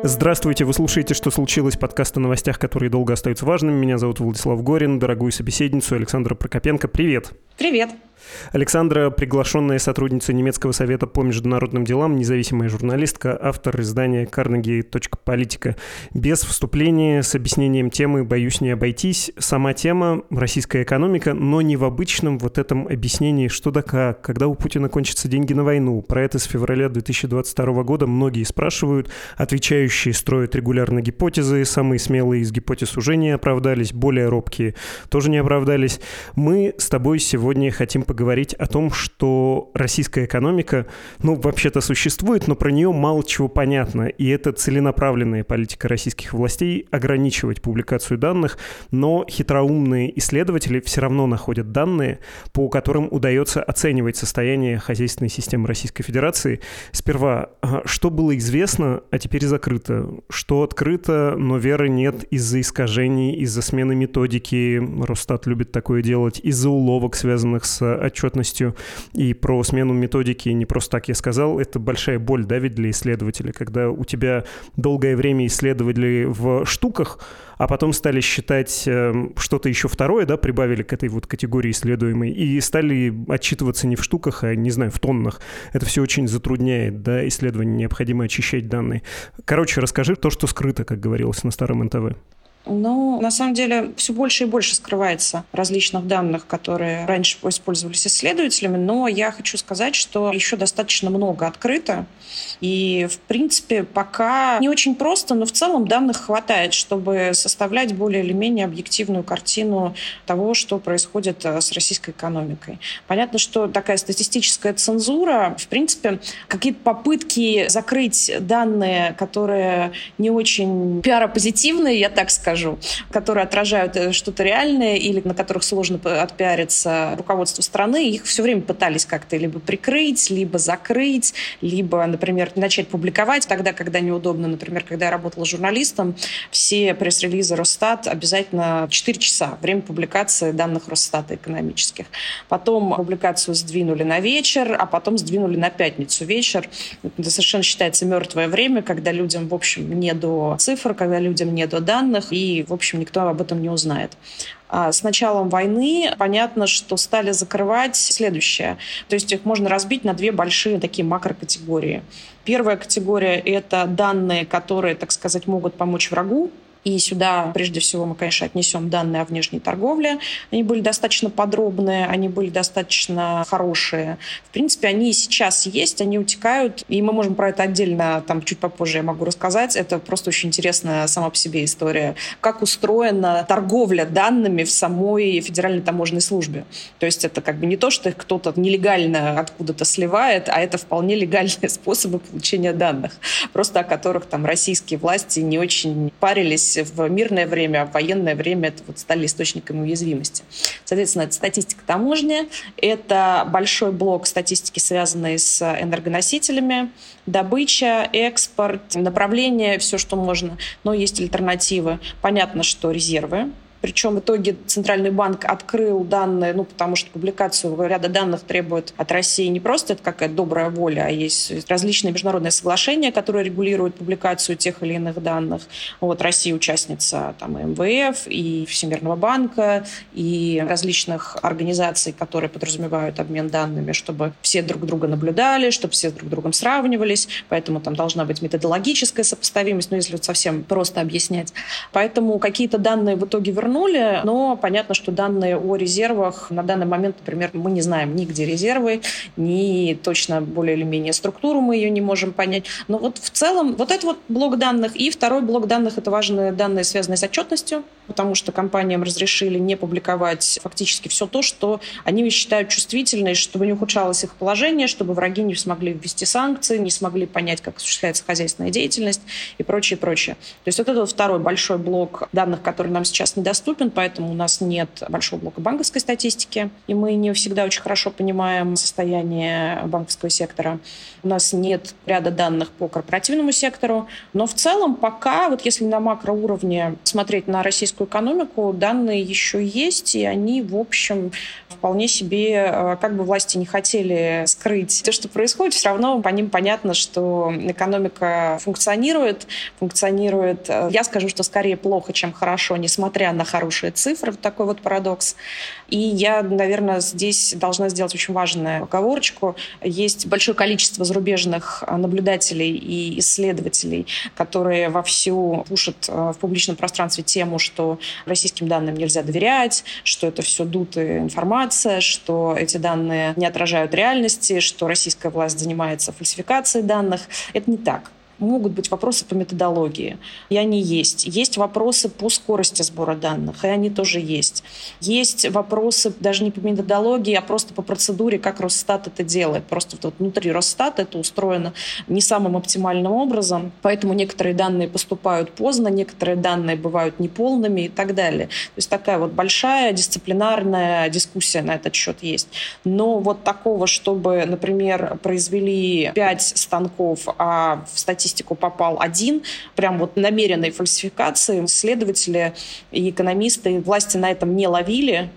Здравствуйте, вы слушаете «Что случилось?» Подкаст о новостях, которые долго остаются важными. Меня зовут Владислав Горин, дорогую собеседницу Александра Прокопенко. Привет! Привет! Александра – приглашенная сотрудница немецкого совета по международным делам, независимая журналистка, автор издания carnegie.politica. Без вступления, с объяснением темы боюсь не обойтись. Сама тема – российская экономика, но не в обычном вот этом объяснении что да как, когда у Путина кончатся деньги на войну. Про это с февраля 2022 года многие спрашивают, отвечающие строят регулярно гипотезы, самые смелые из гипотез уже не оправдались, более робкие тоже не оправдались. Мы с тобой сегодня хотим поговорить о том, что российская экономика, вообще-то существует, но про нее мало чего понятно. И это целенаправленная политика российских властей ограничивать публикацию данных, но хитроумные исследователи все равно находят данные, по которым удается оценивать состояние хозяйственной системы Российской Федерации. Сперва, что было известно, а теперь закрыто? Что открыто, но веры нет из-за искажений, из-за смены методики, Росстат любит такое делать, из-за уловок, связанных с отчетностью, и про смену методики не просто так я сказал, это большая боль, да, ведь для исследователя, когда у тебя долгое время исследовали в штуках, а потом стали считать что-то еще второе, да, прибавили к этой вот категории исследуемой, и стали отчитываться не в штуках, а, не знаю, в тоннах. Это все очень затрудняет, да, исследование, необходимо очищать данные. Короче, расскажи то, что скрыто, как говорилось на старом НТВ. На самом деле, все больше и больше скрывается различных данных, которые раньше использовались исследователями, но я хочу сказать, что еще достаточно много открыто, и, в принципе, пока не очень просто, но в целом данных хватает, чтобы составлять более или менее объективную картину того, что происходит с российской экономикой. Понятно, что такая статистическая цензура, в принципе, какие-то попытки закрыть данные, которые не очень пиаропозитивные, я так скажу, которые отражают что-то реальное или на которых сложно отпиариться руководству страны, их все время пытались как-то либо прикрыть, либо закрыть, либо, например, начать публиковать тогда, когда неудобно. Например, когда я работала журналистом, все пресс-релизы Росстат обязательно 4 часа, время публикации данных Росстата экономических. Потом публикацию сдвинули на вечер, а потом сдвинули на пятницу вечер. Это совершенно считается мертвое время, когда людям, в общем, не до цифр, когда людям не до данных, и, в общем, никто об этом не узнает. С началом войны понятно, что стали закрывать следующее. То есть их можно разбить на две большие такие макрокатегории. Первая категория — это данные, которые, так сказать, могут помочь врагу. И сюда, прежде всего, мы, конечно, отнесем данные о внешней торговле. Они были достаточно подробные, они были достаточно хорошие. В принципе, они и сейчас есть, они утекают, и мы можем про это отдельно, чуть попозже я могу рассказать. Это просто очень интересная сама по себе история. Как устроена торговля данными в самой Федеральной таможенной службе. То есть это не то, что их кто-то нелегально откуда-то сливает, а это вполне легальные способы получения данных, просто о которых российские власти не очень парились в мирное время, а в военное время это стали источниками уязвимости. Соответственно, это статистика таможни, это большой блок статистики, связанной с энергоносителями, добыча, экспорт, направление, все, что можно, но есть альтернативы. Понятно, что резервы. Причем в итоге Центральный банк открыл данные, потому что публикацию ряда данных требует от России не просто это какая-то добрая воля, а есть различные международные соглашения, которые регулируют публикацию тех или иных данных. Россия участница и МВФ, и Всемирного банка, и различных организаций, которые подразумевают обмен данными, чтобы все друг друга наблюдали, чтобы все друг с другом сравнивались. Поэтому должна быть методологическая сопоставимость, если совсем просто объяснять. Поэтому какие-то данные в итоге вернули, но понятно, что данные о резервах на данный момент, например, мы не знаем нигде резервы, ни точно более или менее структуру мы ее не можем понять. Но в целом это блок данных. И второй блок данных — это важные данные, связанные с отчетностью, потому что компаниям разрешили не публиковать фактически все то, что они считают чувствительной, чтобы не ухудшалось их положение, чтобы враги не смогли ввести санкции, не смогли понять, как осуществляется хозяйственная деятельность и прочее, прочее. То есть это второй большой блок данных, который нам сейчас недоступен, поэтому у нас нет большого блока банковской статистики, и мы не всегда очень хорошо понимаем состояние банковского сектора. У нас нет ряда данных по корпоративному сектору, но в целом пока, если на макроуровне смотреть на российскую экономику, данные еще есть, и они, в общем, в вполне себе, как бы власти не хотели скрыть то, что происходит, все равно по ним понятно, что экономика функционирует. Я скажу, что скорее плохо, чем хорошо, несмотря на хорошие цифры. Вот такой вот парадокс. И я, наверное, здесь должна сделать очень важную оговорочку. Есть большое количество зарубежных наблюдателей и исследователей, которые вовсю пушат в публичном пространстве тему, что российским данным нельзя доверять, что это все дутая информация, что эти данные не отражают реальности, что российская власть занимается фальсификацией данных. Это не так. Могут быть вопросы по методологии, и они есть. Есть вопросы по скорости сбора данных, и они тоже есть. Есть вопросы даже не по методологии, а просто по процедуре, как Росстат это делает. Просто вот внутри Росстата это устроено не самым оптимальным образом, поэтому некоторые данные поступают поздно, некоторые данные бывают неполными и так далее. То есть такая вот большая дисциплинарная дискуссия на этот счет есть. Но вот такого, чтобы, например, произвели 5 станков, а в статистику попал 1, прям вот намеренной фальсификации, следователи и экономисты, и власти на этом не ловили.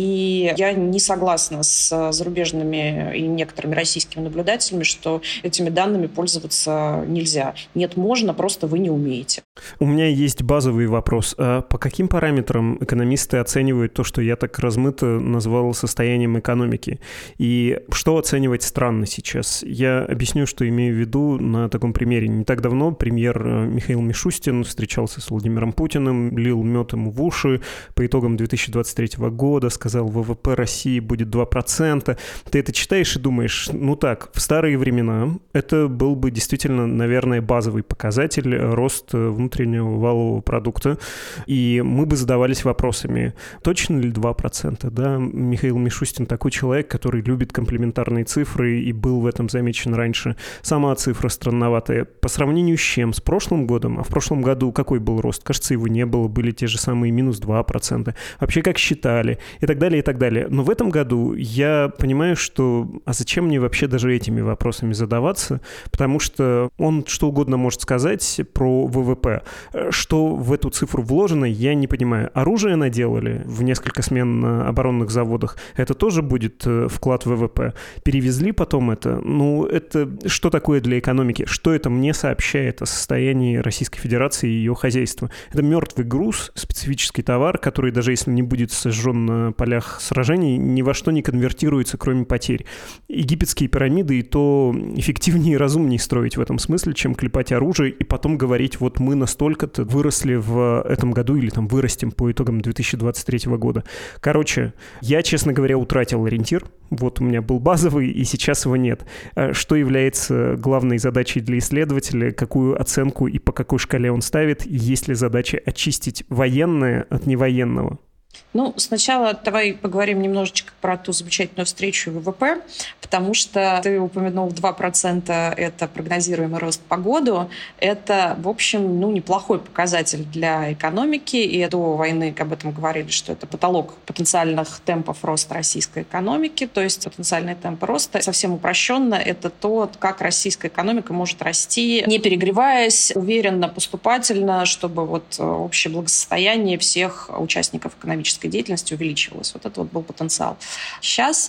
И я не согласна с зарубежными и некоторыми российскими наблюдателями, что этими данными пользоваться нельзя. Нет, можно, просто вы не умеете. У меня есть базовый вопрос. А по каким параметрам экономисты оценивают то, что я так размыто назвал состоянием экономики? И что оценивать странно сейчас? Я объясню, что имею в виду на таком примере. Не так давно премьер Михаил Мишустин встречался с Владимиром Путиным, лил мед ему в уши по итогам 2023 года, сказал, ВВП России будет 2%. Ты это читаешь и думаешь, ну так, в старые времена это был бы действительно, наверное, базовый показатель рост внутреннего валового продукта, и мы бы задавались вопросами, точно ли 2%? Да? Михаил Мишустин такой человек, который любит комплементарные цифры и был в этом замечен раньше. Сама цифра странноватая. По сравнению с чем? С прошлым годом? А в прошлом году какой был рост? Кажется, его не было, были те же самые минус 2%. Вообще, как считали? И так далее, и так далее. Но в этом году я понимаю, что а зачем мне вообще даже этими вопросами задаваться, потому что он что угодно может сказать про ВВП. Что в эту цифру вложено, я не понимаю. Оружие наделали в несколько смен на оборонных заводах, это тоже будет вклад в ВВП. Перевезли потом это. Ну, это что такое для экономики? Что это мне сообщает о состоянии Российской Федерации и ее хозяйства? Это мертвый груз, специфический товар, который даже если не будет сожжен на полях сражений, ни во что не конвертируется, кроме потерь. Египетские пирамиды и то эффективнее и разумнее строить в этом смысле, чем клепать оружие и потом говорить, вот мы настолько-то выросли в этом году или там вырастем по итогам 2023 года. Короче, я, честно говоря, утратил ориентир. Вот у меня был базовый, и сейчас его нет. Что является главной задачей для исследователя, какую оценку и по какой шкале он ставит, есть ли задача очистить военное от невоенного? Ну, сначала давай поговорим немножечко про ту замечательную встречу ВВП, потому что ты упомянул 2% это прогнозируемый рост по году. Это, в общем, неплохой показатель для экономики. И до войны об этом говорили, что это потолок потенциальных темпов роста российской экономики. То есть потенциальный темп роста, совсем упрощенно, это то, как российская экономика может расти, не перегреваясь, уверенно, поступательно, чтобы вот общее благосостояние всех участников экономической деятельности увеличивалась. Вот это вот был потенциал. Сейчас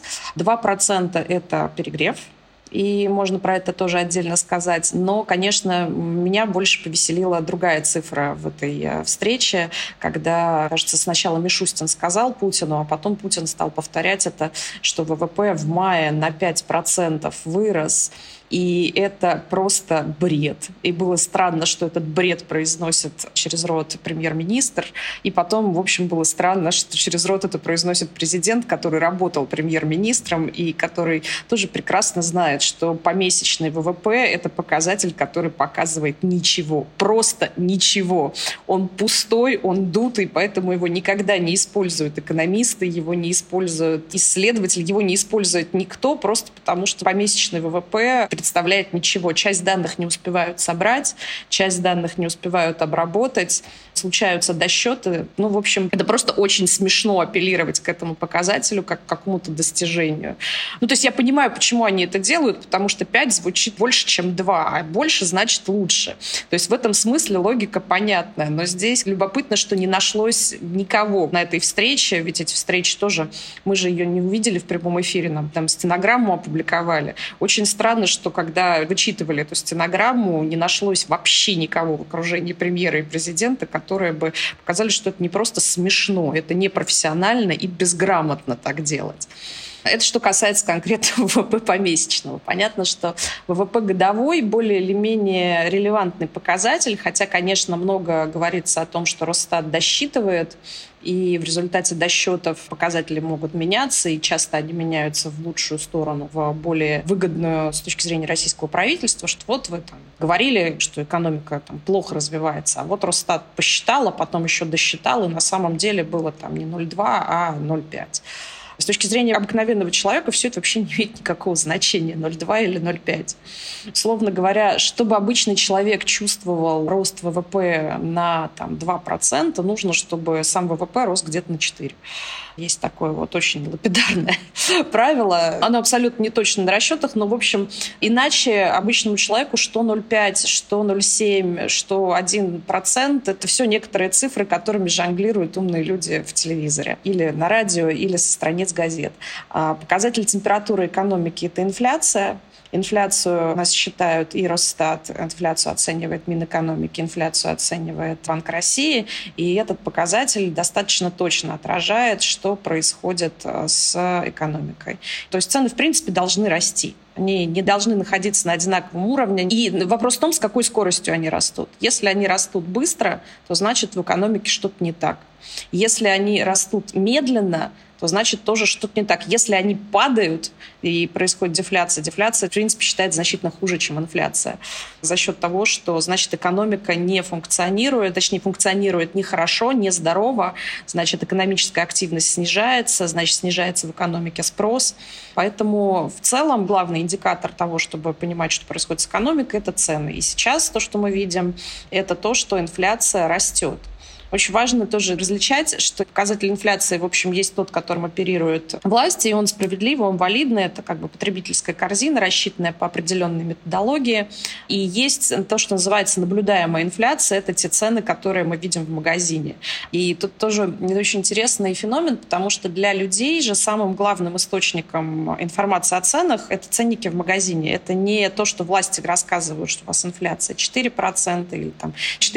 2% это перегрев, и можно про это тоже отдельно сказать. Но, конечно, меня больше повеселила другая цифра в этой встрече, когда, кажется, сначала Мишустин сказал Путину, а потом Путин стал повторять это, что ВВП в мае на 5% вырос. И это просто бред. И было странно, что этот бред произносит через рот премьер-министр. И потом, в общем, было странно, что через рот это произносит президент, который работал премьер-министром и который тоже прекрасно знает, что помесячный ВВП — это показатель, который показывает ничего. Просто ничего. Он пустой, он дутый, поэтому его никогда не используют экономисты, его не используют исследователи, его не использует никто, просто потому что помесячный ВВП представляет ничего. Часть данных не успевают собрать, часть данных не успевают обработать. случаются досчеты. Ну, в общем, это просто очень смешно апеллировать к этому показателю как к какому-то достижению. Ну, то есть я понимаю, почему они это делают, потому что 5 звучит больше, чем 2, а больше значит лучше. То есть в этом смысле логика понятная. Но здесь любопытно, что не нашлось никого на этой встрече, ведь эти встречи тоже, мы же ее не увидели в прямом эфире, нам там стенограмму опубликовали. Очень странно, что когда вычитывали эту стенограмму, не нашлось вообще никого в окружении премьера и президента, которые бы показали, что это не просто смешно, это непрофессионально и безграмотно так делать. Это что касается конкретно ВВП помесячного. Понятно, что ВВП годовой более или менее релевантный показатель, хотя, конечно, много говорится о том, что Росстат досчитывает, и в результате досчетов показатели могут меняться, и часто они меняются в лучшую сторону, в более выгодную с точки зрения российского правительства, что вот вы там говорили, что экономика там плохо развивается, а вот Росстат посчитал, а потом еще досчитал, и на самом деле было там не 0,2, а 0,5. С точки зрения обыкновенного человека все это вообще не имеет никакого значения, 0,2 или 0,5. Условно говоря, чтобы обычный человек чувствовал рост ВВП на там, 2%, нужно, чтобы сам ВВП рос где-то на 4%. Есть такое вот очень лапидарное правило. Оно абсолютно не точно на расчетах, но, в общем, иначе обычному человеку что 0,5, что 0,7, что 1%, это все некоторые цифры, которыми жонглируют умные люди в телевизоре или на радио, или со страниц газет. Показатель температуры экономики – это инфляция. Инфляцию у нас считают и Росстат, инфляцию оценивает Минэкономики, инфляцию оценивает Банк России, и этот показатель достаточно точно отражает, что происходит с экономикой. То есть цены, в принципе, должны расти. Они не должны находиться на одинаковом уровне. И вопрос в том, с какой скоростью они растут. Если они растут быстро, то значит в экономике что-то не так. Если они растут медленно, то значит тоже что-то не так. Если они падают и происходит дефляция, дефляция, в принципе, считается значительно хуже, чем инфляция. За счет того, что, значит, экономика не функционирует, точнее, функционирует нехорошо, нездорово, значит, экономическая активность снижается, значит, снижается в экономике спрос. Поэтому в целом главный индикатор того, чтобы понимать, что происходит с экономикой, это цены. И сейчас то, что мы видим, это то, что инфляция растет. Очень важно тоже различать, что показатель инфляции, в общем, есть тот, которым оперирует власти, и он справедливый, он валидный. Это как бы потребительская корзина, рассчитанная по определенной методологии. И есть то, что называется наблюдаемая инфляция. Это те цены, которые мы видим в магазине. И тут тоже очень интересный феномен, потому что для людей же самым главным источником информации о ценах — это ценники в магазине. Это не то, что власти рассказывают, что у вас инфляция 4% или там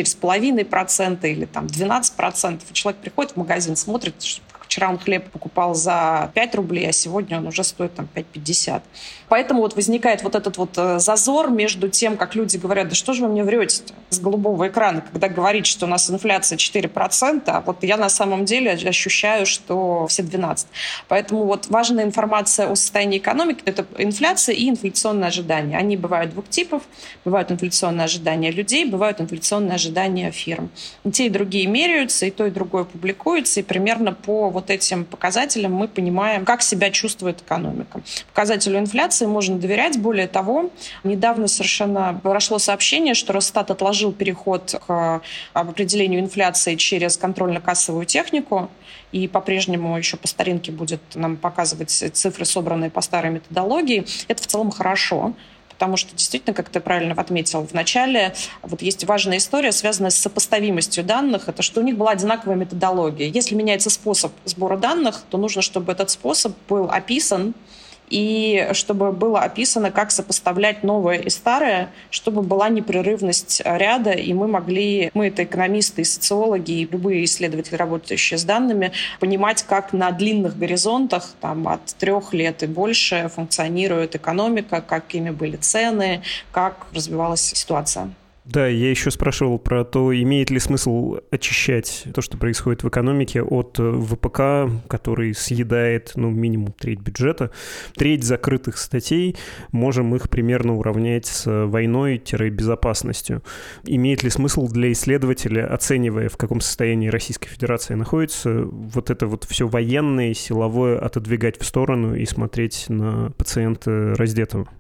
4,5% или там 12%. Человек приходит в магазин, смотрит, что вчера он хлеб покупал за 5 рублей, а сегодня он уже стоит там 5,50. Поэтому вот возникает вот этот вот зазор между тем, как люди говорят, да что же вы мне врете-то с голубого экрана, когда говорит, что у нас инфляция 4%, а вот я на самом деле ощущаю, что все 12%. Поэтому вот важная информация о состоянии экономики — это инфляция и инфляционные ожидания. Они бывают двух типов. Бывают инфляционные ожидания людей, бывают инфляционные ожидания фирм. И те, и другие меряются, и то, и другое публикуется, и примерно по вот этим показателям мы понимаем, как себя чувствует экономика. Показателю инфляции можно доверять. Более того, недавно совершенно прошло сообщение, что Росстат отложил переход к определению инфляции через контрольно-кассовую технику, и по-прежнему еще по старинке будет нам показывать цифры, собранные по старой методологии. Это в целом хорошо, потому что действительно, как ты правильно отметил в начале, вот есть важная история, связанная с сопоставимостью данных. Это что у них была одинаковая методология. Если меняется способ сбора данных, то нужно, чтобы этот способ был описан, и чтобы было описано, как сопоставлять новое и старое, чтобы была непрерывность ряда, и мы это экономисты и социологи, и любые исследователи, работающие с данными, понимать, как на длинных горизонтах, там, от 3 лет и больше, функционирует экономика, какими были цены, как развивалась ситуация. Да, я еще спрашивал про то, имеет ли смысл очищать то, что происходит в экономике, от ВПК, который съедает, минимум треть бюджета. Треть закрытых статей, можем их примерно уравнять с войной-безопасностью. Имеет ли смысл для исследователя, оценивая, в каком состоянии Российская Федерация находится, вот это вот все военное, силовое отодвигать в сторону и смотреть на пациента раздетого?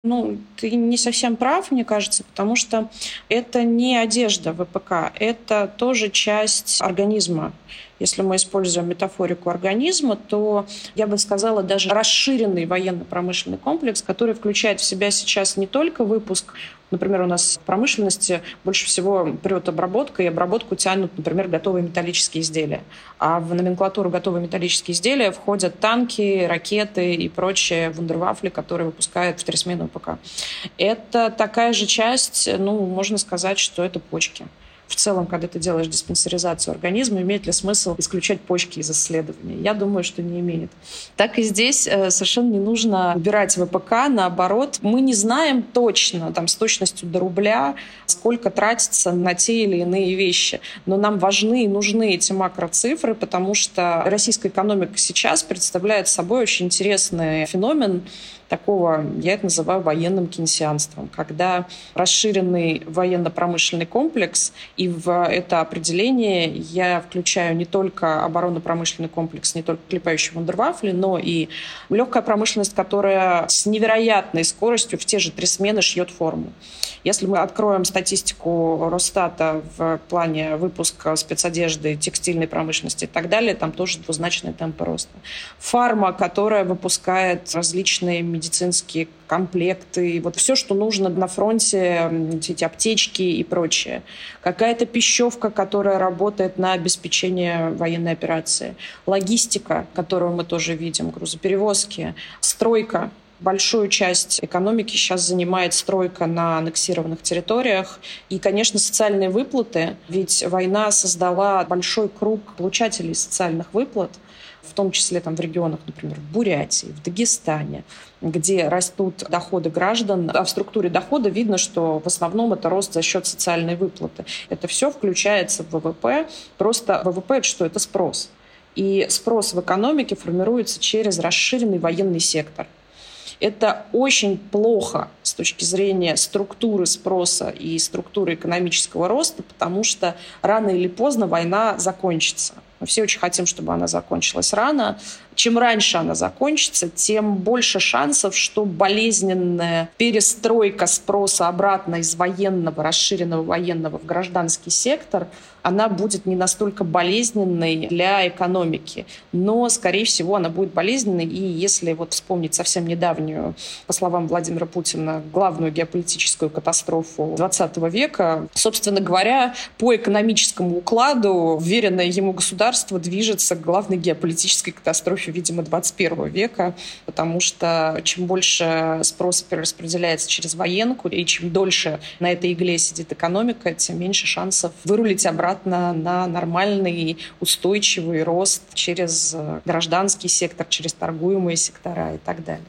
Ты не совсем прав, мне кажется, потому что это не одежда ВПК, это тоже часть организма. Если мы используем метафорику организма, то я бы сказала даже расширенный военно-промышленный комплекс, который включает в себя сейчас не только выпуск. Например, у нас в промышленности больше всего прет обработка, и обработку тянут, например, готовые металлические изделия. А в номенклатуру готовые металлические изделия входят танки, ракеты и прочие вундервафли, которые выпускают второсменную ПК. Это такая же часть, можно сказать, что это почки. В целом, когда ты делаешь диспансеризацию организма, имеет ли смысл исключать почки из исследований? Я думаю, что не имеет. Так и здесь совершенно не нужно убирать ВПК, наоборот. Мы не знаем точно, с точностью до рубля, сколько тратится на те или иные вещи. Но нам важны и нужны эти макроцифры, потому что российская экономика сейчас представляет собой очень интересный феномен, такого, я это называю военным кейнсианством, когда расширенный военно-промышленный комплекс, и в это определение я включаю не только оборонно-промышленный комплекс, не только клепающие вундервафли, но и легкая промышленность, которая с невероятной скоростью в те же 3 смены шьет форму. Если мы откроем статистику Росстата в плане выпуска спецодежды, текстильной промышленности и так далее, там тоже двузначные темпы роста. Фарма, которая выпускает различные медицинские комплекты, все, что нужно на фронте, эти аптечки и прочее. Какая-то пищевка, которая работает на обеспечение военной операции. Логистика, которую мы тоже видим, грузоперевозки, стройка. Большую часть экономики сейчас занимает стройка на аннексированных территориях. И, конечно, социальные выплаты. Ведь война создала большой круг получателей социальных выплат, в том числе в регионах, например, в Бурятии, в Дагестане, где растут доходы граждан. А в структуре дохода видно, что в основном это рост за счет социальной выплаты. Это все включается в ВВП. Просто ВВП — это что? Это спрос. И спрос в экономике формируется через расширенный военный сектор. Это очень плохо с точки зрения структуры спроса и структуры экономического роста, потому что рано или поздно война закончится. Мы все очень хотим, чтобы она закончилась рано. Чем раньше она закончится, тем больше шансов, что болезненная перестройка спроса обратно из военного, расширенного военного в гражданский сектор, она будет не настолько болезненной для экономики. Но, скорее всего, она будет болезненной. И если вспомнить совсем недавнюю, по словам Владимира Путина, главную геополитическую катастрофу XX века, собственно говоря, по экономическому укладу вверенное ему государство движется к главной геополитической катастрофе, видимо, 21 века, потому что чем больше спроса перераспределяется через военку, и чем дольше на этой игле сидит экономика, тем меньше шансов вырулить обратно на нормальный, устойчивый рост через гражданский сектор, через торгуемые сектора и так далее.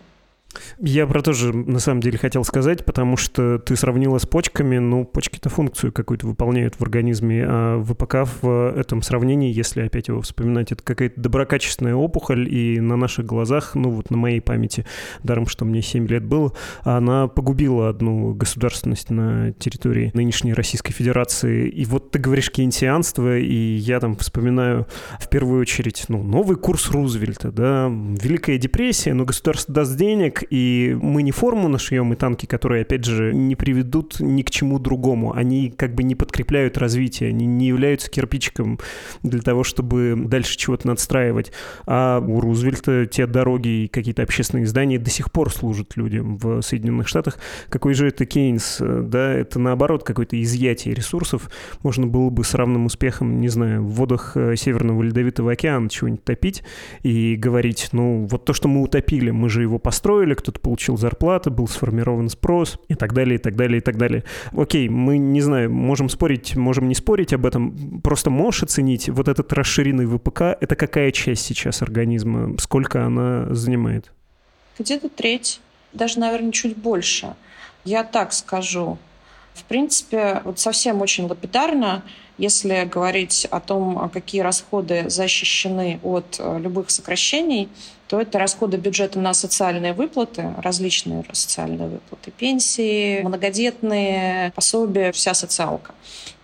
Я про то же, на самом деле, хотел сказать, потому что ты сравнила с почками, почки-то функцию какую-то выполняют в организме, а ВПК в этом сравнении, если опять его вспоминать, это какая-то доброкачественная опухоль, и на наших глазах, на моей памяти, даром, что мне 7 лет было, она погубила одну государственность на территории нынешней Российской Федерации. И ты говоришь кейнсианство, и я вспоминаю в первую очередь, новый курс Рузвельта, да, Великая депрессия, но государство даст денег, и мы не форму нашьем и танки, которые, опять же, не приведут ни к чему другому. Они не подкрепляют развитие, они не являются кирпичиком для того, чтобы дальше чего-то надстраивать. А у Рузвельта те дороги и какие-то общественные здания до сих пор служат людям в Соединенных Штатах. Какой же это Кейнс? Да, это наоборот какое-то изъятие ресурсов. Можно было бы с равным успехом, не знаю, в водах Северного Ледовитого океана чего-нибудь топить и говорить, то, что мы утопили, мы же его построили, кто-то получил зарплату, был сформирован спрос и так далее, и так далее, и так далее. Окей, мы, не знаю, можем спорить, можем не спорить об этом, просто можешь оценить этот расширенный ВПК, это какая часть сейчас организма, сколько она занимает? Где-то треть, даже, наверное, чуть больше. Я так скажу. В принципе, совсем очень лапидарно, если говорить о том, какие расходы защищены от любых сокращений, то это расходы бюджета на социальные выплаты, различные социальные выплаты, пенсии, многодетные, пособия, вся социалка.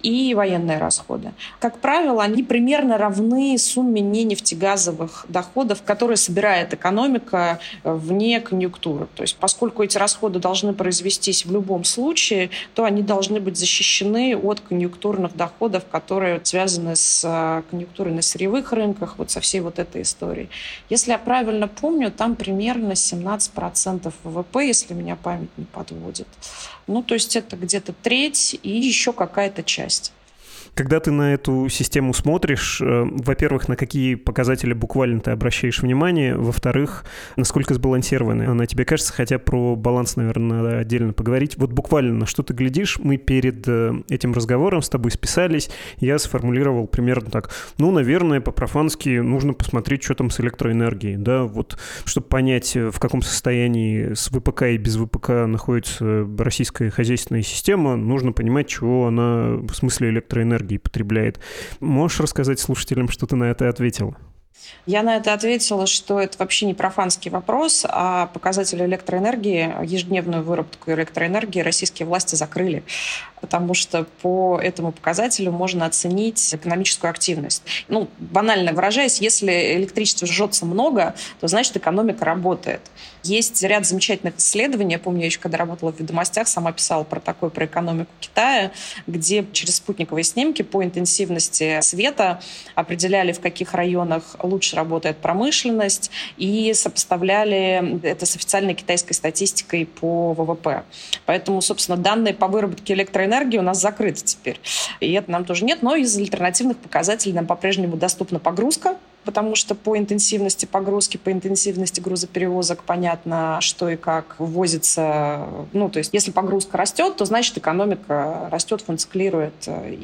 и военные расходы. Как правило, они примерно равны сумме ненефтегазовых доходов, которые собирает экономика вне конъюнктуры. То есть поскольку эти расходы должны произвестись в любом случае, то они должны быть защищены от конъюнктурных доходов, которые связаны с конъюнктурой на сырьевых рынках, вот со всей вот этой историей. Если я правильно помню, там примерно 17% ВВП, если меня память не подводит. Ну, то есть это где-то треть и еще какая-то часть. Когда ты на эту систему смотришь, во-первых, на какие показатели буквально ты обращаешь внимание, во-вторых, насколько сбалансированная она тебе кажется, хотя про баланс, наверное, надо отдельно поговорить. Вот буквально на что ты глядишь, мы перед этим разговором с тобой списались, я сформулировал примерно так. Ну, наверное, по-профански нужно посмотреть, что там с электроэнергией, да, вот, чтобы понять, в каком состоянии с ВПК и без ВПК находится российская хозяйственная система, нужно понимать, чего она в смысле электроэнергии потребляет. Можешь рассказать слушателям, что ты на это ответила? Я на это ответила, что это вообще не профанский вопрос, а показатели электроэнергии, ежедневную выработку электроэнергии российские власти закрыли, потому что по этому показателю можно оценить экономическую активность. Ну, банально выражаясь, если электричества жжется много, то значит экономика работает. Есть ряд замечательных исследований. Я помню, я еще когда работала в «Ведомостях», сама писала про экономику Китая, где через спутниковые снимки по интенсивности света определяли, в каких районах лучше работает промышленность, и сопоставляли это с официальной китайской статистикой по ВВП. Поэтому, собственно, данные по выработке электроэнергии у нас закрыты теперь. И это нам тоже нет, но из альтернативных показателей нам по-прежнему доступна погрузка, потому что по интенсивности погрузки, по интенсивности грузоперевозок понятно, что и как ввозится. Ну, то есть если погрузка растет, то значит экономика растет, функционирует.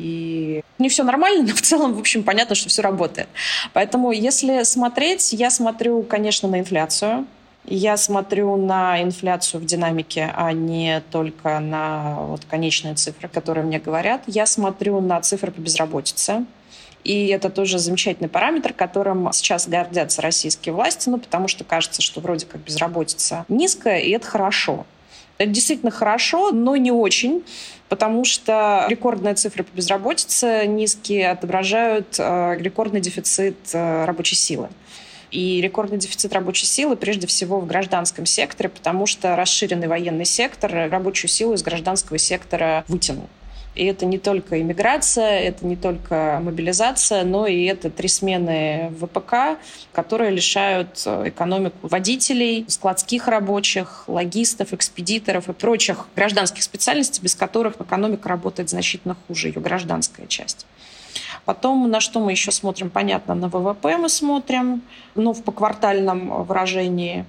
И не все нормально, но в целом, в общем, понятно, что все работает. Поэтому если смотреть, я смотрю, конечно, на инфляцию. Я смотрю на инфляцию в динамике, а не только на вот конечные цифры, которые мне говорят. Я смотрю на цифры по безработице. И это тоже замечательный параметр, которым сейчас гордятся российские власти, ну, потому что кажется, что вроде как безработица низкая, и это хорошо. Это действительно хорошо, но не очень, потому что рекордные цифры по безработице низкие отображают рекордный дефицит рабочей силы. И рекордный дефицит рабочей силы прежде всего в гражданском секторе, потому что расширенный военный сектор рабочую силу из гражданского сектора вытянул. И это не только иммиграция, это не только мобилизация, но и это 3 смены ВПК, которые лишают экономику водителей, складских рабочих, логистов, экспедиторов и прочих гражданских специальностей, без которых экономика работает значительно хуже, ее гражданская часть. Потом, на что мы еще смотрим? Понятно, на ВВП мы смотрим, но в поквартальном выражении,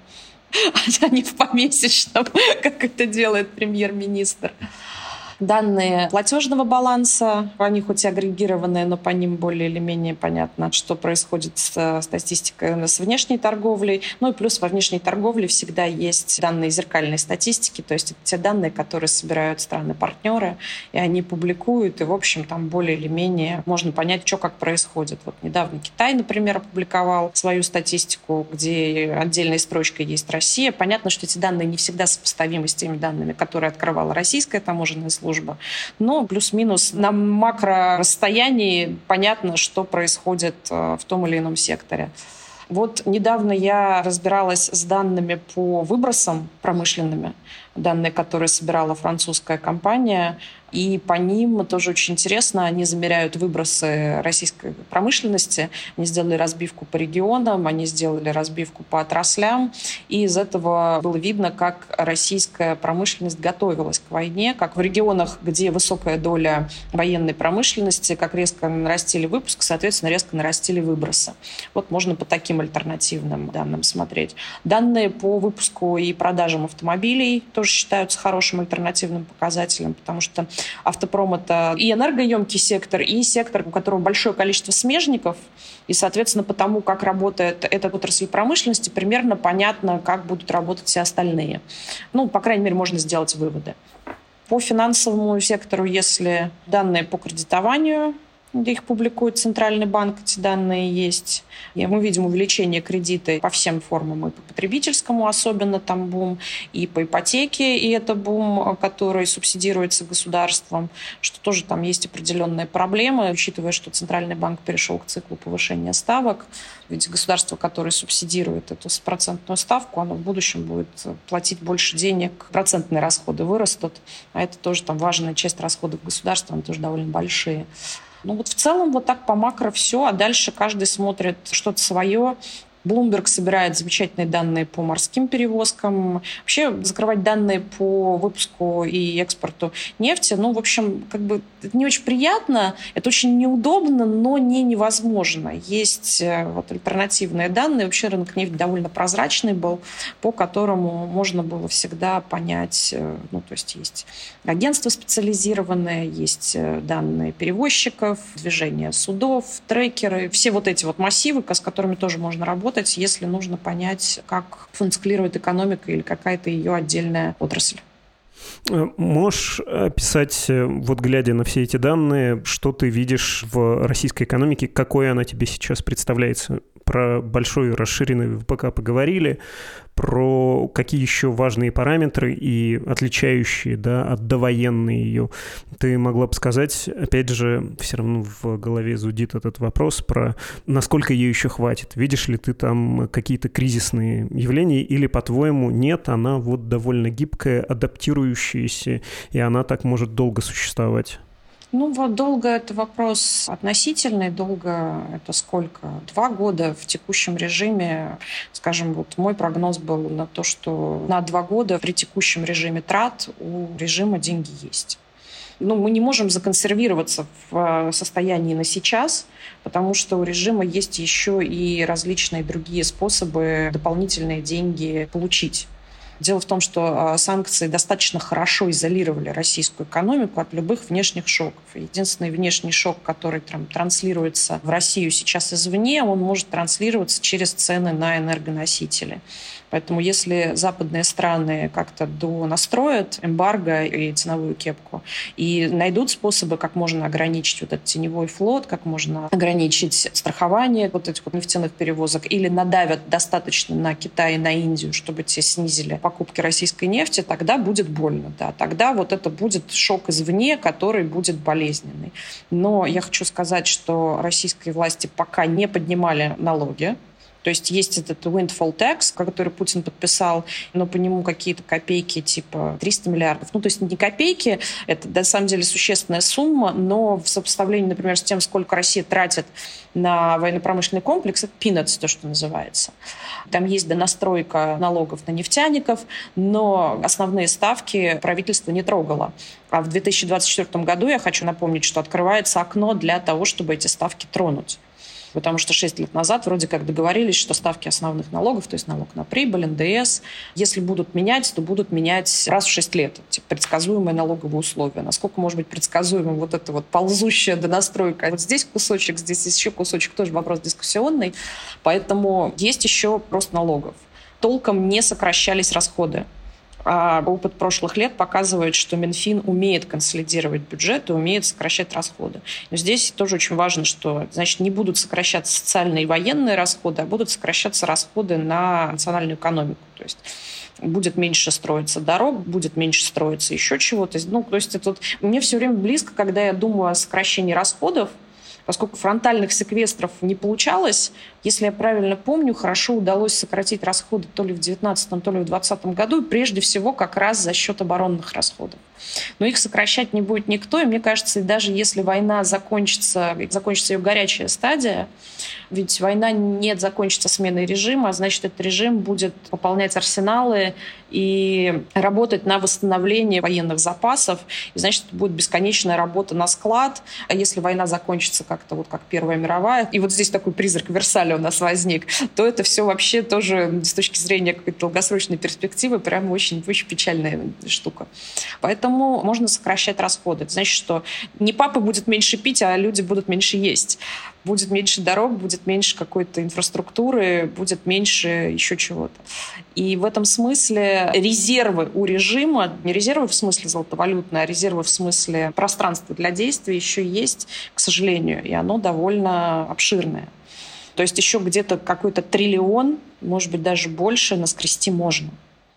а не в помесячном, как это делает премьер-министр. Данные платежного баланса, они хоть и агрегированные, но по ним более или менее понятно, что происходит с статистикой с внешней торговлей. Ну и плюс во внешней торговле всегда есть данные зеркальной статистики, то есть это те данные, которые собирают страны-партнеры, и они публикуют, и, в общем, там более или менее можно понять, что как происходит. Вот недавно Китай, например, опубликовал свою статистику, где отдельной строчкой есть Россия. Понятно, что эти данные не всегда сопоставимы с теми данными, которые открывала российская таможенная служба, но плюс-минус на макрорасстоянии понятно, что происходит в том или ином секторе. Вот недавно я разбиралась с данными по выбросам промышленными, данные, которые собирала французская компания, и по ним тоже очень интересно, они замеряют выбросы российской промышленности, они сделали разбивку по регионам, они сделали разбивку по отраслям, и из этого было видно, как российская промышленность готовилась к войне, как в регионах, где высокая доля военной промышленности, как резко нарастили выпуск, соответственно, резко нарастили выбросы. Вот можно по таким альтернативным данным смотреть. Данные по выпуску и продажам автомобилей тоже считаются хорошим альтернативным показателем, потому что автопром — это и энергоемкий сектор, и сектор, у которого большое количество смежников, и, соответственно, по тому, как работает эта отрасль промышленности, примерно понятно, как будут работать все остальные. Ну, по крайней мере, можно сделать выводы. По финансовому сектору, если данные по кредитованию, Их публикует Центральный банк, эти данные есть. И мы видим увеличение кредита по всем формам, и по потребительскому особенно там бум, и по ипотеке, и это бум, который субсидируется государством, что тоже там есть определенные проблемы, учитывая, что Центральный банк перешел к циклу повышения ставок. Ведь государство, которое субсидирует эту процентную ставку, оно в будущем будет платить больше денег, процентные расходы вырастут, а это тоже там важная часть расходов государства, они тоже довольно большие. Ну вот в целом вот так по макро все, а дальше каждый смотрит что-то свое. Bloomberg собирает замечательные данные по морским перевозкам. Вообще закрывать данные по выпуску и экспорту нефти, в общем, это не очень приятно, это очень неудобно, но не невозможно. Есть вот альтернативные данные. Вообще рынок нефти довольно прозрачный был, по которому можно было всегда понять, то есть агентства специализированные, есть данные перевозчиков, движение судов, трекеры, все вот эти вот массивы, с которыми тоже можно работать, если нужно понять, как функционирует экономика или какая-то ее отдельная отрасль. Можешь описать, вот глядя на все эти данные, что ты видишь в российской экономике, какой она тебе сейчас представляется? Про большой расширенный ВПК поговорили, про какие еще важные параметры и отличающие, от довоенной ее. Ты могла бы сказать, опять же, все равно в голове зудит этот вопрос про насколько ее еще хватит. Видишь ли ты там какие-то кризисные явления или, по-твоему, нет, она вот довольно гибкая, адаптирующаяся, и она так может долго существовать? Вот долго это вопрос относительный. Долго это сколько? 2 года в текущем режиме. Скажем, вот мой прогноз был на то, что на 2 года при текущем режиме трат у режима деньги есть. Мы не можем законсервироваться в состоянии на сейчас, потому что у режима есть еще и различные другие способы дополнительные деньги получить. Дело в том, что санкции достаточно хорошо изолировали российскую экономику от любых внешних шоков. Единственный внешний шок, который транслируется в Россию сейчас извне, он может транслироваться через цены на энергоносители. Поэтому если западные страны как-то донастроят эмбарго и ценовую кепку и найдут способы, как можно ограничить вот этот теневой флот, как можно ограничить страхование вот этих вот нефтяных перевозок, или надавят достаточно на Китай и на Индию, чтобы те снизили покупки российской нефти, тогда будет больно. Да. Тогда вот это будет шок извне, который будет болезненный. Но я хочу сказать, что российские власти пока не поднимали налоги. То есть есть этот windfall tax, который Путин подписал, но по нему какие-то копейки, типа 300 миллиардов. То есть не копейки, это на самом деле существенная сумма, но в сопоставлении, например, с тем, сколько Россия тратит на военно-промышленный комплекс, это peanuts, то, что называется. Там есть донастройка налогов на нефтяников, но основные ставки правительство не трогало. А в 2024 году, я хочу напомнить, что открывается окно для того, чтобы эти ставки тронуть. Потому что 6 лет назад вроде как договорились, что ставки основных налогов, то есть налог на прибыль, НДС, если будут менять, то будут менять раз в 6 лет. Предсказуемые налоговые условия. Насколько может быть предсказуемым вот эта вот ползущая донастройка? Вот здесь кусочек, здесь еще кусочек, тоже вопрос дискуссионный. Поэтому есть еще рост налогов. Толком не сокращались расходы. А опыт прошлых лет показывает, что Минфин умеет консолидировать бюджет и умеет сокращать расходы. Но здесь тоже очень важно, что, значит, не будут сокращаться социальные и военные расходы, а будут сокращаться расходы на национальную экономику. То есть будет меньше строиться дорог, будет меньше строиться еще чего-то. То есть это вот мне все время близко, когда я думаю о сокращении расходов, поскольку фронтальных секвестров не получалось, если я правильно помню, хорошо удалось сократить расходы то ли в 2019, то ли в 2020 году, и прежде всего как раз за счет оборонных расходов. Но их сокращать не будет никто, и мне кажется, даже если война закончится ее горячая стадия, ведь война не закончится сменой режима, а значит, этот режим будет пополнять арсеналы и работать на восстановление военных запасов, и значит, это будет бесконечная работа на склад, а если война закончится как-то вот как Первая мировая, и вот здесь такой призрак Версаля у нас возник, то это все вообще тоже с точки зрения какой-то долгосрочной перспективы прям очень, очень печальная штука. Поэтому можно сокращать расходы. Это значит, что не папа будет меньше пить, а люди будут меньше есть. Будет меньше дорог, будет меньше какой-то инфраструктуры, будет меньше еще чего-то. И в этом смысле резервы у режима, не резервы в смысле золотовалютные, а резервы в смысле пространства для действия еще есть, к сожалению, и оно довольно обширное. То есть еще где-то какой-то триллион, может быть, даже больше наскрести можно.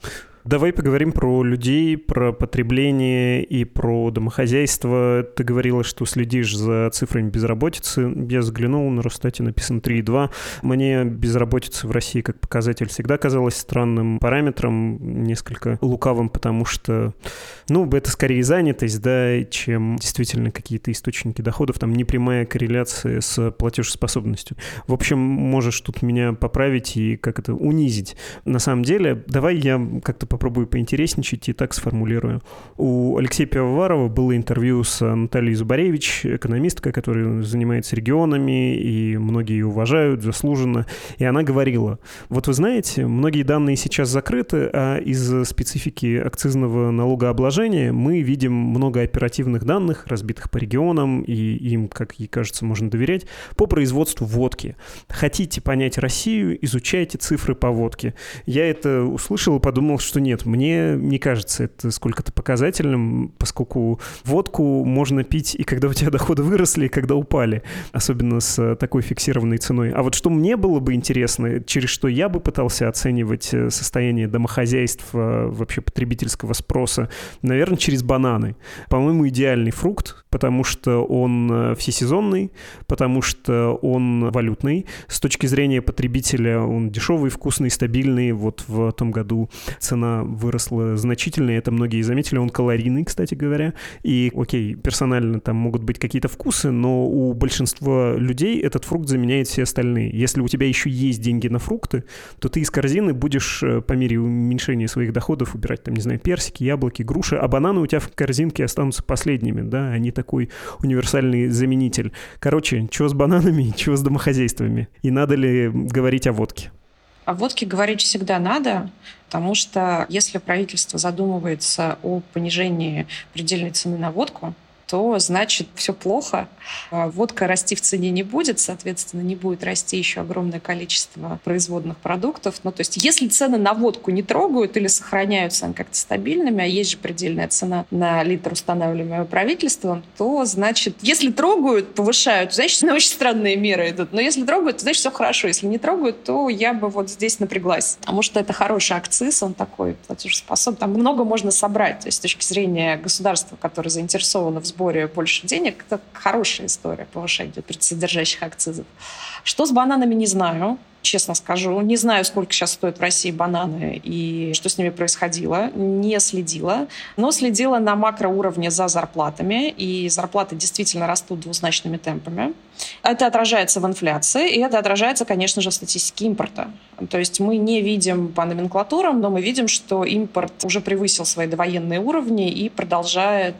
Давай поговорим про людей, про потребление и про домохозяйство. Ты говорила, что следишь за цифрами безработицы. Я взглянул, на Росстате написано 3,2. Мне безработица в России как показатель всегда казалась странным параметром, несколько лукавым, потому что, это скорее занятость, да, чем действительно какие-то источники доходов, там непрямая корреляция с платежеспособностью. В общем, можешь тут меня поправить и как это унизить. На самом деле, давай я как-то попробую поинтересничать и так сформулирую. У Алексея Пивоварова было интервью с Натальей Зубаревич, экономистка, которая занимается регионами, и многие ее уважают заслуженно. И она говорила, вот вы знаете, многие данные сейчас закрыты, а из специфики акцизного налогообложения мы видим много оперативных данных, разбитых по регионам, и им, как ей кажется, можно доверять, по производству водки. Хотите понять Россию, изучайте цифры по водке. Я это услышал и подумал, что нет, мне не кажется это сколько-то показательным, поскольку водку можно пить и когда у тебя доходы выросли, и когда упали, особенно с такой фиксированной ценой. А вот что мне было бы интересно, через что я бы пытался оценивать состояние домохозяйств, вообще потребительского спроса, наверное, через бананы. По-моему, идеальный фрукт, потому что он всесезонный, потому что он валютный. С точки зрения потребителя он дешевый, вкусный, стабильный. Вот в том году цена выросла значительно, и это многие заметили. Он калорийный, кстати говоря. И, окей, персонально там могут быть какие-то вкусы, но у большинства людей этот фрукт заменяет все остальные. Если у тебя еще есть деньги на фрукты, то ты из корзины будешь по мере уменьшения своих доходов убирать, там, не знаю, персики, яблоки, груши, а бананы у тебя в корзинке останутся последними, да, они такой универсальный заменитель. Короче, чего с бананами, чего с домохозяйствами? И надо ли говорить о водке? О водке говорить всегда надо, потому что если правительство задумывается о понижении предельной цены на водку, то значит все плохо. Водка расти в цене не будет, соответственно, не будет расти еще огромное количество производных продуктов. То есть если цены на водку не трогают или сохраняются как-то стабильными, а есть же предельная цена на литр, устанавливаемая правительством, то значит, если трогают, повышают, значит, очень странные меры идут. Но если трогают, то значит все хорошо. Если не трогают, то я бы вот здесь напряглась. Потому что это хороший акциз, он такой платежеспособный. Там много можно собрать. То есть с точки зрения государства, которое заинтересовано в сборе больше денег, это хорошая история повышения содержащих акцизов. Что с бананами, не знаю. Честно скажу, не знаю, сколько сейчас стоят в России бананы и что с ними происходило. Не следила, но следила на макроуровне за зарплатами. И зарплаты действительно растут двузначными темпами. Это отражается в инфляции, и это отражается, конечно же, в статистике импорта. То есть мы не видим по номенклатурам, но мы видим, что импорт уже превысил свои довоенные уровни и продолжает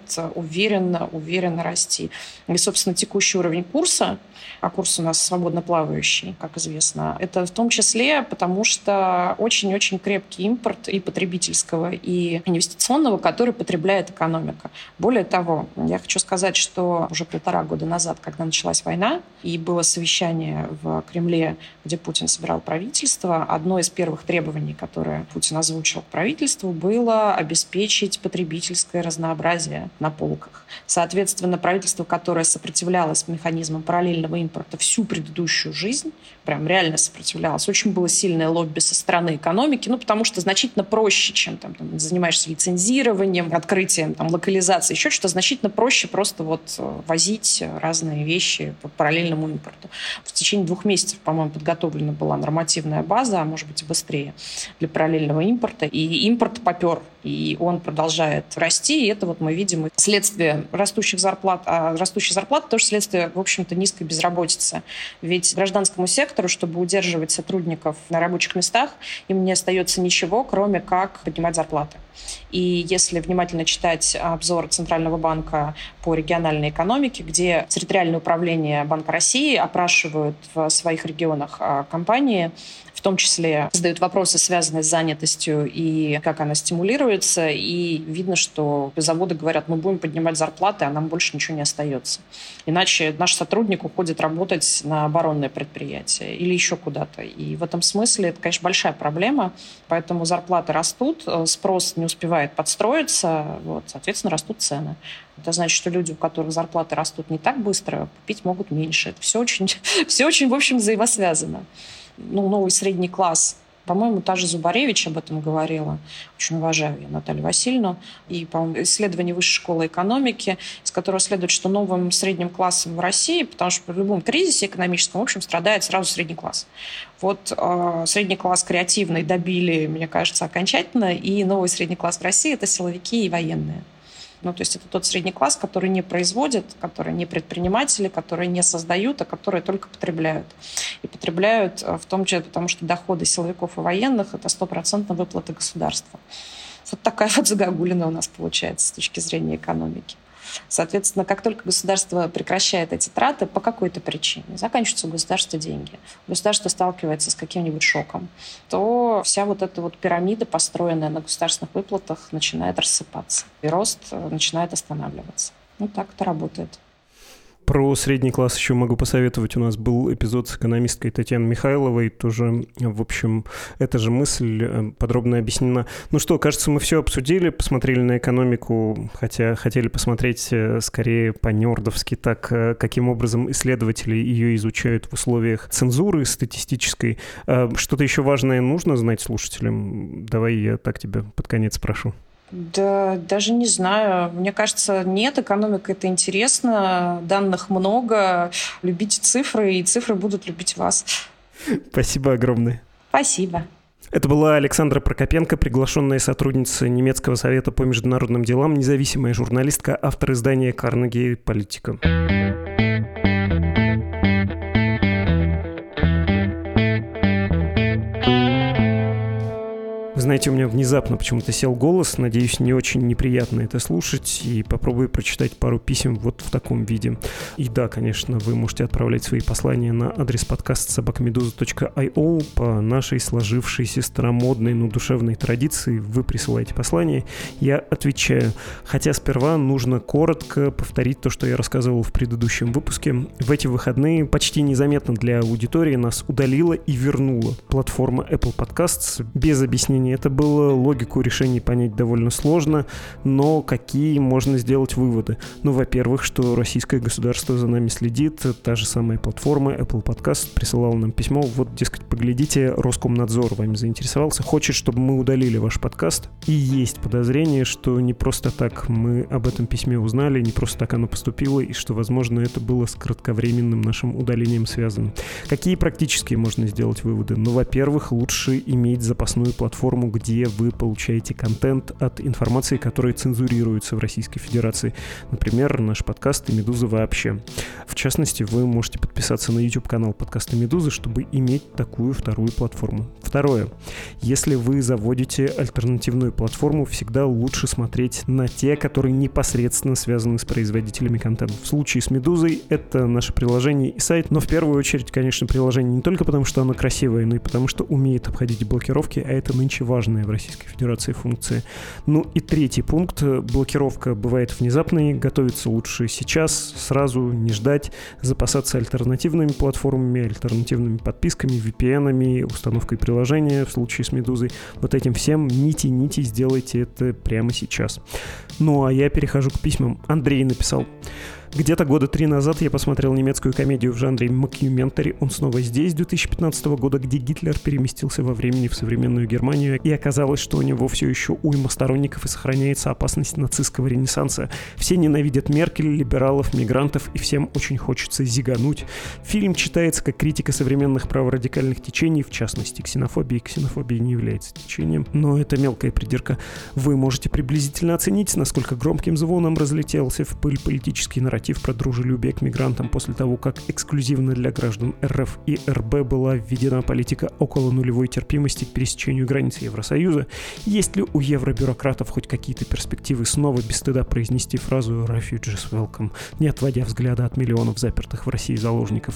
уверенно расти. И, собственно, текущий уровень курса, а курс у нас свободно плавающий, как известно, это в том числе потому, что очень-очень крепкий импорт и потребительского, и инвестиционного, который потребляет экономика. Более того, я хочу сказать, что уже 1,5 года назад, когда началась война, и было совещание в Кремле, где Путин собирал правительство, одно из первых требований, которое Путин озвучил к правительству, было обеспечить потребительское разнообразие на полках. Соответственно, правительство, которое сопротивлялось механизмам параллельного импорта всю предыдущую жизнь, прям реально сопротивлялось. Очень было сильное лобби со стороны экономики, потому что значительно проще, чем там занимаешься лицензированием, открытием локализации, еще что-то, значительно проще просто возить разные вещи по параллельному импорту. В течение 2 месяцев, по-моему, подготовлена была нормативная база, а может быть и быстрее, для параллельного импорта. И импорт попер, и он продолжает расти, и это мы видим следствие растущих зарплат. А растущие зарплаты тоже следствие, в общем-то, низкой безработицы. Ведь гражданскому сектору, чтобы удерживать сотрудников на рабочих местах, им не остается ничего, кроме как поднимать зарплаты. И если внимательно читать обзор Центрального банка по региональной экономике, где территориальное управление Банка России опрашивают в своих регионах компании, в в том числе задают вопросы, связанные с занятостью и как она стимулируется, и видно, что заводы говорят, мы будем поднимать зарплаты, а нам больше ничего не остается. Иначе наш сотрудник уходит работать на оборонное предприятие или еще куда-то. И в этом смысле это, конечно, большая проблема, поэтому зарплаты растут, спрос не успевает подстроиться, соответственно, растут цены. Это значит, что люди, у которых зарплаты растут не так быстро, купить могут меньше. Это все очень, в общем, взаимосвязано. Новый средний класс. По-моему, та же Зубаревич об этом говорила. Очень уважаю я Наталью Васильевну. И, по-моему, исследование Высшей школы экономики, из которого следует, что новым средним классом в России, потому что при любом кризисе экономическом, в общем, страдает сразу средний класс. Средний класс креативный добили, мне кажется, окончательно. И новый средний класс в России – это силовики и военные. То есть это тот средний класс, который не производит, который не предприниматели, которые не создают, а которые только потребляют. И потребляют в том числе, потому что доходы силовиков и военных – это 100% выплаты государства. Вот такая загогулина у нас получается с точки зрения экономики. Соответственно, как только государство прекращает эти траты по какой-то причине, заканчиваются у государства деньги, государство сталкивается с каким-нибудь шоком, то вся эта пирамида, построенная на государственных выплатах, начинает рассыпаться. И рост начинает останавливаться. Так это работает. Про средний класс еще могу посоветовать. У нас был эпизод с экономисткой Татьяной Михайловой. Тоже, в общем, эта же мысль подробно объяснена. Кажется, мы все обсудили, посмотрели на экономику, хотя хотели посмотреть скорее по-нердовски, так, каким образом исследователи ее изучают в условиях цензуры статистической. Что-то еще важное нужно знать слушателям? Давай я так тебя под конец спрошу. Да, даже не знаю. Мне кажется, нет, экономика — это интересно, данных много, любите цифры, и цифры будут любить вас. Спасибо огромное. Спасибо. Это была Александра Прокопенко, приглашенная сотрудница Немецкого совета по международным делам, независимая журналистка, автор издания «Карнеги. Политика». Знаете, у меня внезапно почему-то сел голос, надеюсь, не очень неприятно это слушать, и попробую прочитать пару писем в таком виде. И да, конечно, вы можете отправлять свои послания на адрес podcast@meduza.io. По нашей сложившейся старомодной, но душевной традиции вы присылаете послания, я отвечаю. Хотя сперва нужно коротко повторить то, что я рассказывал в предыдущем выпуске. В эти выходные почти незаметно для аудитории нас удалила и вернула платформа Apple Podcasts без объяснения. Это было, логику решений понять довольно сложно, но какие можно сделать выводы? Во-первых, что российское государство за нами следит, та же самая платформа Apple Podcast присылала нам письмо, дескать, поглядите, Роскомнадзор вами заинтересовался, хочет, чтобы мы удалили ваш подкаст, и есть подозрение, что не просто так мы об этом письме узнали, не просто так оно поступило, и что, возможно, это было с кратковременным нашим удалением связано. Какие практические можно сделать выводы? Во-первых, лучше иметь запасную платформу, где вы получаете контент от информации, которая цензурируется в Российской Федерации. Например, наш подкаст и «Медуза» вообще. В частности, вы можете подписаться на YouTube-канал подкаста «Медузы», чтобы иметь такую вторую платформу. Второе. Если вы заводите альтернативную платформу, всегда лучше смотреть на те, которые непосредственно связаны с производителями контента. В случае с «Медузой» это наше приложение и сайт, но в первую очередь, конечно, приложение не только потому, что оно красивое, но и потому, что умеет обходить блокировки, а это нынче важная в Российской Федерации функция. И третий пункт. Блокировка бывает внезапной. Готовиться лучше сейчас, сразу, не ждать. Запасаться альтернативными платформами, альтернативными подписками, VPN-ами, установкой приложения в случае с «Медузой». Этим всем не тяните, сделайте это прямо сейчас. А я перехожу к письмам. Андрей написал: Где-то года 3 назад я посмотрел немецкую комедию в жанре мокюментари «Он снова здесь» 2015 года, где Гитлер переместился во времени в современную Германию, и оказалось, что у него все еще уйма сторонников и сохраняется опасность нацистского ренессанса. Все ненавидят Меркель, либералов, мигрантов, и всем очень хочется зигануть. Фильм читается как критика современных праворадикальных течений, в частности ксенофобии. Ксенофобия не является течением, но это мелкая придирка. Вы можете приблизительно оценить, насколько громким звоном разлетелся в пыль политический нарратив нарратив про дружелюбие к мигрантам после того, как эксклюзивно для граждан РФ и РБ была введена политика около нулевой терпимости к пересечению границ Евросоюза? Есть ли у евробюрократов хоть какие-то перспективы снова без стыда произнести фразу «refugees welcome», не отводя взгляда от миллионов запертых в России заложников?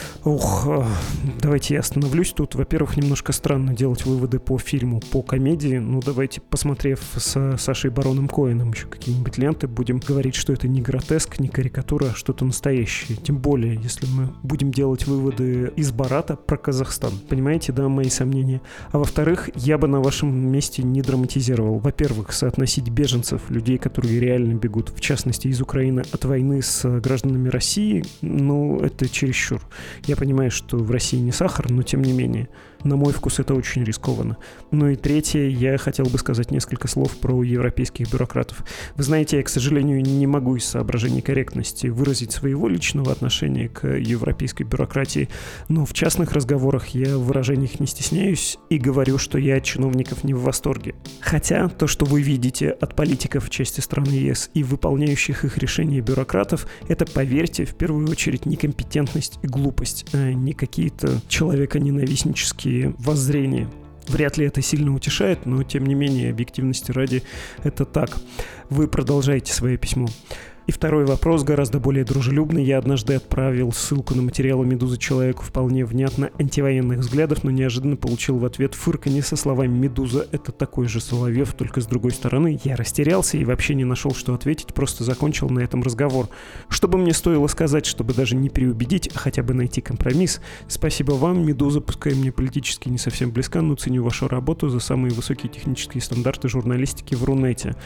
Давайте я остановлюсь тут. Во-первых, немножко странно делать выводы по фильму, по комедии. Давайте, посмотрев с Сашей Бароном Коэном еще какие-нибудь ленты, будем говорить, что это не гротеск, не карикатура, а что-то настоящее. Тем более, если мы будем делать выводы из Бората про Казахстан. Понимаете, да, мои сомнения? А во-вторых, я бы на вашем месте не драматизировал. Во-первых, соотносить беженцев, людей, которые реально бегут, в частности, из Украины от войны с гражданами России, это чересчур. Я понимаю, что в России не сахар, но тем не менее. На мой вкус это очень рискованно. И третье, я хотел бы сказать несколько слов про европейских бюрократов. Вы знаете, я, к сожалению, не могу из соображений корректности выразить своего личного отношения к европейской бюрократии, но в частных разговорах я в выражениях не стесняюсь и говорю, что я от чиновников не в восторге. Хотя то, что вы видите от политиков в части стран ЕС и выполняющих их решения бюрократов, это, поверьте, в первую очередь некомпетентность и глупость, а не какие-то человеконенавистнические воззрения. Вряд ли это сильно утешает, но тем не менее, объективности ради, это так. Вы продолжаете свое письмо. И второй вопрос, гораздо более дружелюбный. Я однажды отправил ссылку на материалы «Медузы» человеку вполне внятно антивоенных взглядов, но неожиданно получил в ответ фырканье со словами «Медуза — это такой же Соловьев, только с другой стороны». Я растерялся и вообще не нашел, что ответить, просто закончил на этом разговор. Что бы мне стоило сказать, чтобы даже не переубедить, а хотя бы найти компромисс? Спасибо вам, «Медуза», пускай мне политически не совсем близка, но ценю вашу работу за самые высокие технические стандарты журналистики в Рунете.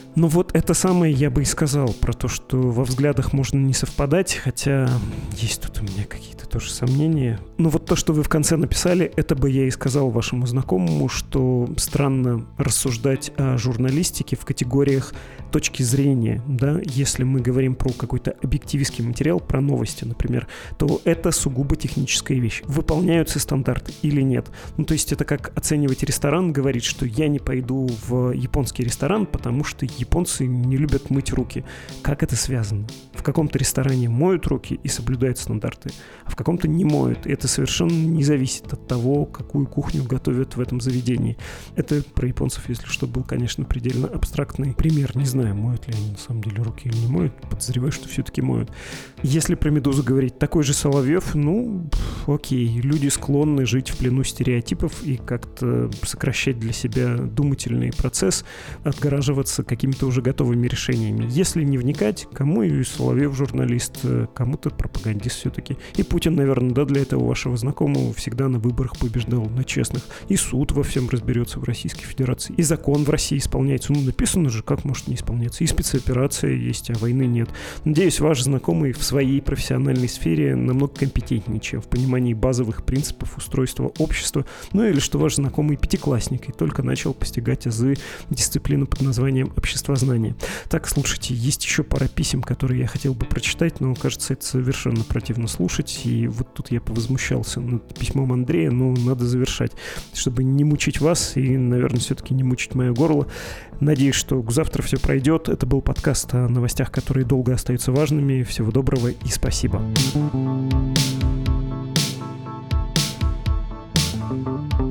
Это самое я бы и сказал про то, что во взглядах можно не совпадать, хотя есть тут у меня какие-то тоже сомнения. То, что вы в конце написали, это бы я и сказал вашему знакомому, что странно рассуждать о журналистике в категориях точки зрения, да, если мы говорим про какой-то объективистский материал, про новости, например, то это сугубо техническая вещь. Выполняются стандарты или нет? То есть это как оценивать ресторан, говорить, что я не пойду в японский ресторан, потому что японцы не любят мыть руки. Как это связано? В каком-то ресторане моют руки и соблюдают стандарты, а в каком-то не моют. И это совершенно не зависит от того, какую кухню готовят в этом заведении. Это про японцев, если что, был, конечно, предельно абстрактный пример. Не знаю, моют ли они на самом деле руки или не моют. Подозреваю, что все-таки моют. Если про «Медузу» говорить, такой же Соловьев, окей. Люди склонны жить в плену стереотипов и как-то сокращать для себя думательный процесс, отгораживаться какими-то уже готовыми решениями. Если не вникать, кому и Соловьев журналист, кому-то пропагандист все-таки. И Путин, наверное, для этого вашего знакомого всегда на выборах побеждал, на честных. И суд во всем разберется в Российской Федерации. И закон в России исполняется. Написано же, как может не исполняться. И спецоперация есть, а войны нет. Надеюсь, ваш знакомый в своей профессиональной сфере намного компетентнее, чем в понимании базовых принципов устройства общества. Или что ваш знакомый пятиклассник и только начал постигать азы дисциплины под названием обществознание. Так, слушайте, есть еще пара писем, которые я хотел бы прочитать, но, кажется, это совершенно противно слушать, и тут я повозмущался над письмом Андрея, но надо завершать, чтобы не мучить вас и, наверное, все-таки не мучить мое горло. Надеюсь, что завтра все пройдет. Это был подкаст о новостях, которые долго остаются важными. Всего доброго и спасибо.